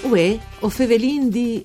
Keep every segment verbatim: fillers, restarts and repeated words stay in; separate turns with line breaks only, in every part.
Uè, o Fevelin di...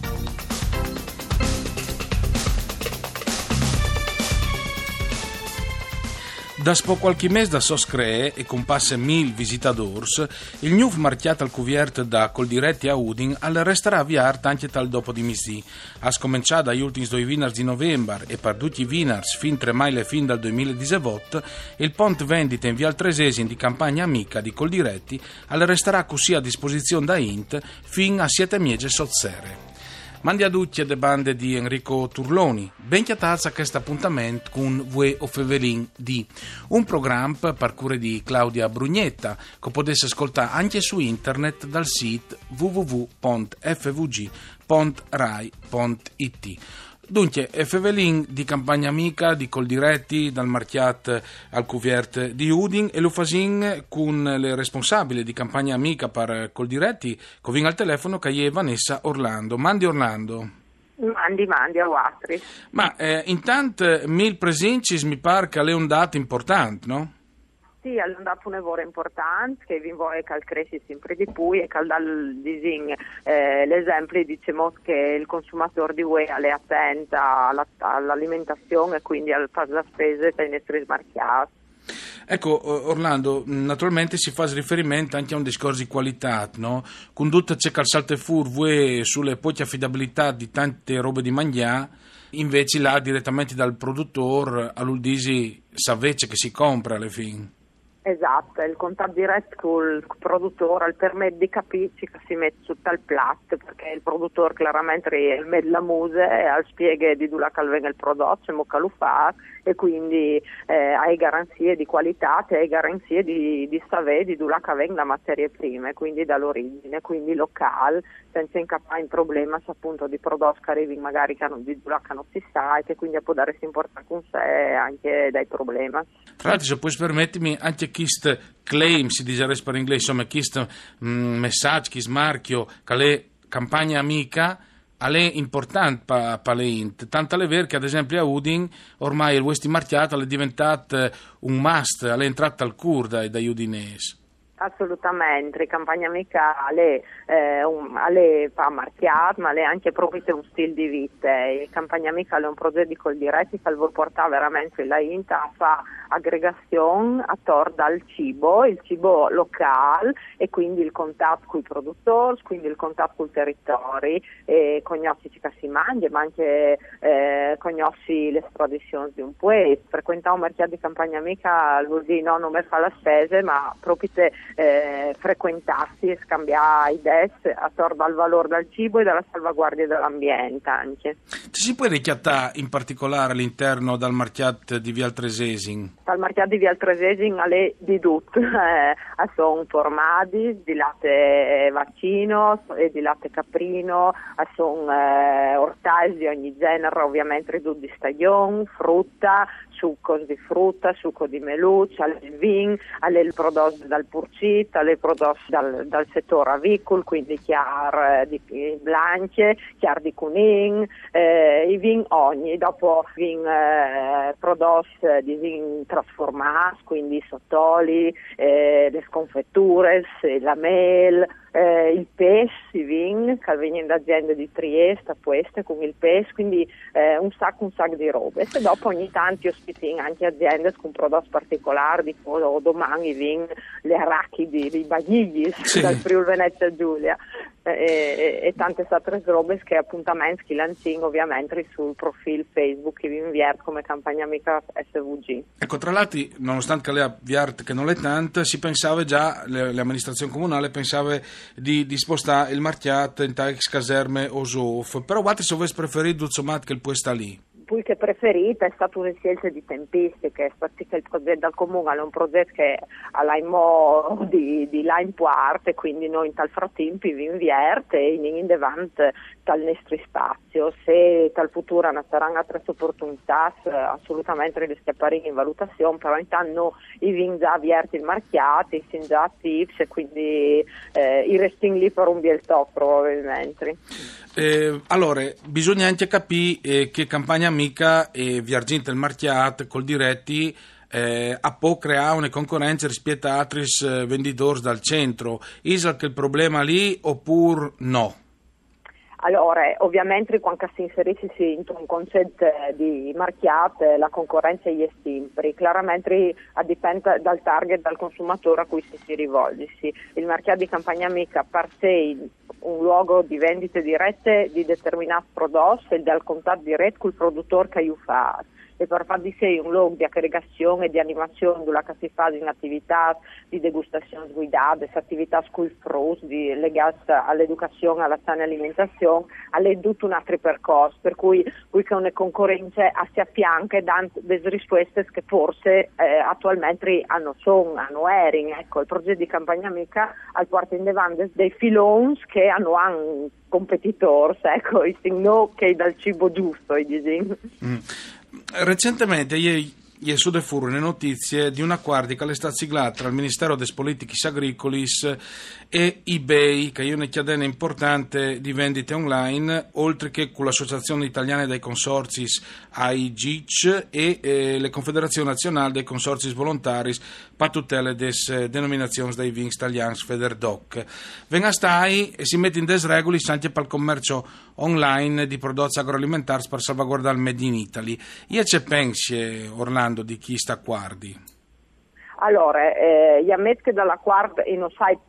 Da spo qualche mese da Soscree e con passe mil visitadors, il nuovo marchiato al cuviert da Coldiretti a Udin al resterà avviato anche tal dopo di misi. Ha scominciato dagli ultimi due vinars di novembre e per tutti i vinars fin tre maile fin dal duemiladiciotto il pont vendita in via al Tresesi di campagna amica di Coldiretti al resterà così a disposizione da Int fin a siete miege sozzere. Mandi a tutti le bande di Enrico Turloni, ben chiatazza a questo appuntamento con Vue o Fevelin di un programma per cura di Claudia Brugnetta che potesse ascoltare anche su internet dal sito w w w punto f v g punto rai punto i t. Dunque, Fevelin di campagna amica di Coldiretti dal marchiat al cuviert di Udin e lo fasin con le responsabili di campagna amica per Coldiretti che viene al telefono che è Vanessa Orlando. Mandi Orlando.
Mandi, mandi a Guastri.
Ma eh, intanto mil presenci mi pare che è un dato importante, no?
Sì, è dato un lavoro importante che vi vuole che cresce sempre di più e che dal disegno eh, l'esempio diciamo che il consumatore di U E è attento alla, all'alimentazione e quindi al fare la spesa dai nostri smarchiati.
Ecco Orlando, naturalmente si fa riferimento anche a un discorso di qualità, no? Con tutto c'è calzate furve sulle poche affidabilità di tante robe di mangià, invece là direttamente dal produttore all'Uldisi savece che si compra alle fine.
Esatto, il contatto diretto col produttore permette di capire che si mette sotto il piatto, perché il produttore chiaramente mette la muse e spiega di dove viene il prodotto, come lo fa e quindi eh, hai garanzie di qualità e hai garanzie di, di sapere di dove viene la materia prima, quindi dall'origine, quindi locale, senza incappare in problemi appunto di prodotti che arrivano magari che non, di dove non si sa e che quindi può darsi importare con sé anche dai problemi.
Tra l'altro, se puoi permettermi, anche quest claim, si dice per inglese, insomma, questo mm, messaggio, questo marchio, che è campagna amica, è importante per pa le int, tanto è vero che ad esempio a Udin ormai il West marchiato è diventato un must, è entrato al cur dai, dai udinesi.
Assolutamente, campagna amica è eh, un, fa marchiato, ma è anche proprio un stile di vita. Il campagna amica è un progetto di Coldiretti che vuol portare veramente la INTA a fare aggregazione attorno al cibo, il cibo locale e quindi il contatto con i produttori, quindi il contatto con i territori, e conosci che si mangia, ma anche eh, conosci le tradizioni di un paese. Frequentare un mercato di campagna amica vuol dire no, non mi fa la spesa, ma proprio te, Eh, frequentarsi e scambiare idee attorno al valore del cibo e dalla salvaguardia dell'ambiente anche.
Ci si può richiattare in particolare all'interno dal marchiato di Via al Tresesin?
Dal marchiato di Via al Tresesin è di tutto, eh, sono formaggi di latte vaccino e di latte caprino, sono eh, ortaggi di ogni genere, ovviamente tutti di stagione, frutta, succo di frutta, succo di meluccia, il vin, il prodotto dal purcit, il prodotto dal, dal settore avicolo, quindi chiar di blanche, chiar di cunin, eh, i vin ogni, dopo vin eh, prodotti di vin trasformati, quindi sottoli, eh, le sconfetture, la mel, Eh, il pesce, i vin, che vengono da aziende di Trieste, queste con il pesce, quindi eh, un sacco un sacco di robe. E dopo ogni tanto ospitiamo anche aziende con prodotti particolari, di domani i vin, le arachidi, i bagigli sì. Dal Friuli Venezia Giulia e, e, e tante altre robe che appuntamenti che lanciamo ovviamente sul profilo Facebook che vi inviato come campagna amica S V G.
Ecco, tra l'altro, nonostante che lei avviato che non è tanto, si pensava già, le, le amministrazioni comunali pensava di, di spostare il marchiato in ex caserme o Sof, però guardate se avessi preferito insomma che il può sta lì.
Poi che preferita è stata una scelta di tempistiche, perché il progetto del comune è un progetto che ha in mo di, di là in parte, quindi noi in tal frattempo vi invierte e in in davanti tal nostro spazio. Se tal futuro ne saranno altre opportunità, assolutamente le schiapparemo in valutazione, però intanto i vin già avvierti il marchiato, i sin già attivi, e quindi eh, i resting lì per un biel top probabilmente.
Eh, allora, bisogna anche capire eh, che campagna amica e Viargente il marchiato, Coldiretti, eh, a può creare una concorrenza rispetto a altri eh, venditori dal centro. Isal che il problema lì oppure no?
Allora, ovviamente quando si inserisce in un concetto di marchiate, la concorrenza è sempre, chiaramente dipende dal target, dal consumatore a cui si, si rivolge. Il marchiato di Campagna Amica per sé un luogo di vendite dirette di determinati prodotti e dal contatto diretto col produttore che io fa. E per far di sé un luogo di aggregazione e di animazione dove si fa in attività di degustazione guidate, attività school fruit legate all'educazione, alla sana alimentazione, alle tutto un altro percorso, per cui qui che una concorrenza si affianca e dà delle risposte che forse eh, attualmente hanno son, hanno ering. Ecco, il progetto di Campagna Amica al porta in devante dei filons che hanno un competitor, ecco, i no che dal cibo giusto, i disegni.
Mm. Recentemente ieri Gli sude furono le notizie di un accordo che è stato siglato tra il Ministero delle Politiche Agricolis e eBay, che è una catena importante di vendite online, oltre che con l'Associazione Italiana dei Consorzi A I G I C e eh, le Confederazioni Nazionali dei Consorzi Volontari per tutela delle denominazioni dei vins italiani Federdoc. Venga stai e si mette in desregoli anche per il commercio online di prodotti agroalimentari per salvaguardare il Made in Italy. Io ci pensi, Orlando, di chi sta accordi?
Allora, eh, io ammetto che dall'accordo e non sai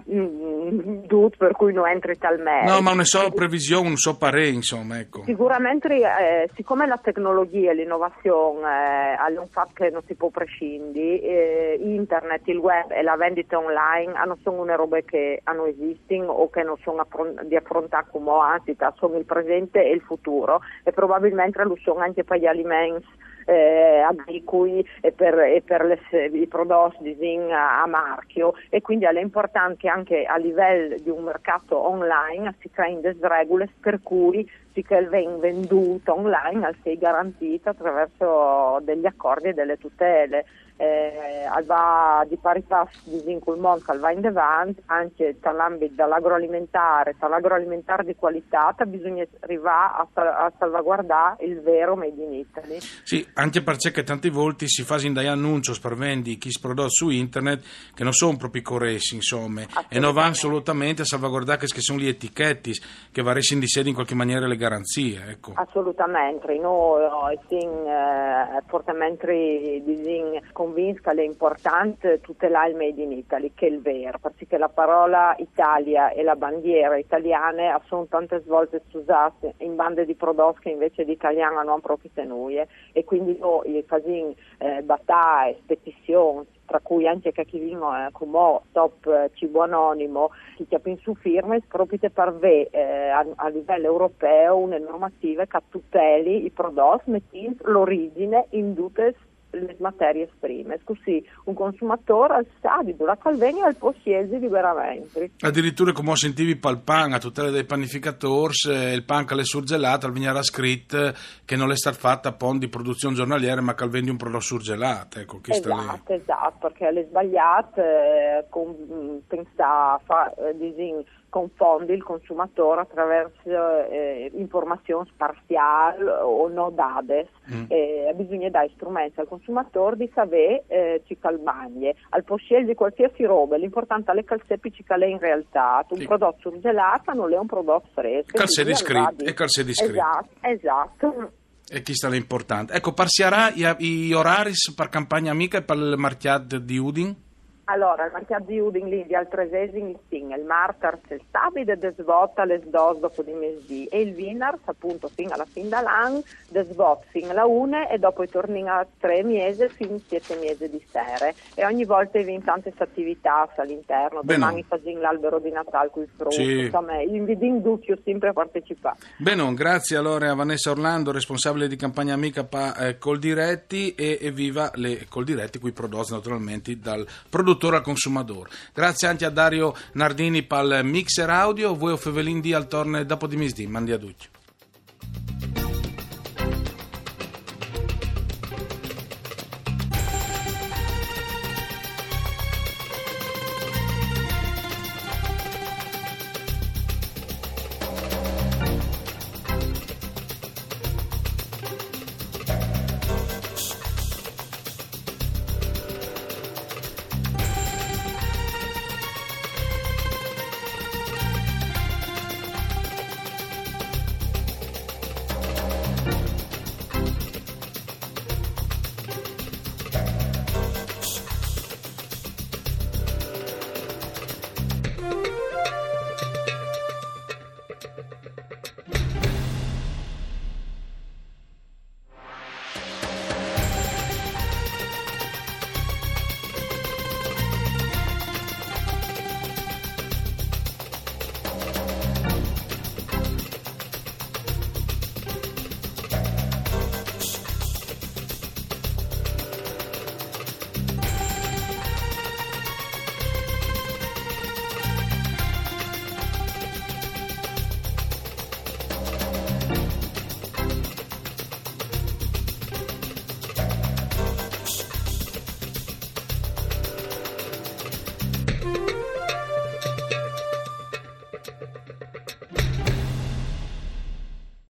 mm, tutto, per cui non entri talmente.
No, ma una sola previsione, un so parere, insomma, ecco.
Sicuramente, eh, siccome la tecnologia e l'innovazione eh, è un fatto che non si può prescindere, eh, internet, il web e la vendita online non sono una roba che non esistono o che non sono affron- di affrontare come anzi, sono il presente e il futuro, e probabilmente lo sono anche per gli alimenti Eh, agricoli e per, e per le, i prodotti a, a marchio, e quindi è importante anche a livello di un mercato online si creino delle regole per cui si che viene venduto online si è garantita attraverso degli accordi e delle tutele. Eh, va di pari passo in quel mondo che va in davanti anche nell'ambito dell'agroalimentare, dall'agroalimentare di qualità bisogna arrivare a, a salvaguardare il vero Made in Italy.
Sì, anche perché tanti volte si fa in dei annunci per vendi chi si prodotti su internet che non sono proprio corretti, insomma, e non vanno assolutamente a salvaguardare che sono gli etichetti che varessero di sé in qualche maniera le garanzie, ecco.
Assolutamente, noi siamo eh, fortemente disin, convinti che è importante tutelare il Made in Italy, che è il vero, perché la parola Italia e la bandiera italiane sono tante volte usate in bande di prodotti che invece di italiano non proprio tenute, e quindi noi facciamo eh, battaglie, petizioni, tra cui anche che chi viene eh, come top eh, cibo anonimo, chi chiama su firme, proprio per ve eh, a, a livello europeo una normativa che tuteli i prodotti, mettendo l'origine in tutte le materie prime, così un consumatore sa di dove calvegna e può scegliere liberamente.
Addirittura come sentivi per il pan a tutela dei panificatori, il pan che le surgelato al veniva scritto che non è stata fatta a pon di produzione giornaliera ma che vendi un prodotto surgelato, ecco, che
esatto,
sta lì.
Esatto, perché le sbagliate eh, con, pensa fa eh, disin, confondi il consumatore attraverso eh, informazioni parziali o no date. Mm. Eh, bisogna dare strumenti al consumatore di sapere eh, ci calmaglie al poscel di qualsiasi roba, l'importante è le calzepi ci calè in realtà un sì. Prodotto surgelato non è un prodotto fresco
calze di scritto e calze di scritto
esatto, esatto.
E chi sta l'importante, ecco, parsiarà i, i orari per Campagna Amica e per il marchiato di Udin?
Allora, il marchiato di Udin lì di Altresesi in il martedì il sabato de svolta le dos dopo di mesi e il venerdì appunto fino alla fin dall'anno de svot fino alla una e dopo i torni a tre mesi fino a siete mesi di sere, e ogni volta vi tante attività all'interno.
Bene.
Domani facciamo l'albero di Natale con il frutto,
sì.
Insomma invito in duccio sempre a partecipare.
Bene, grazie allora a Vanessa Orlando, responsabile di Campagna Amica pa, eh, Coldiretti e, e viva le Coldiretti qui prodotti naturalmente dal produttore al consumatore. Grazie anche a Dario Nardini per il mixer audio, voi o Fevelin di al torne dopo di misdì, mandi a tutti.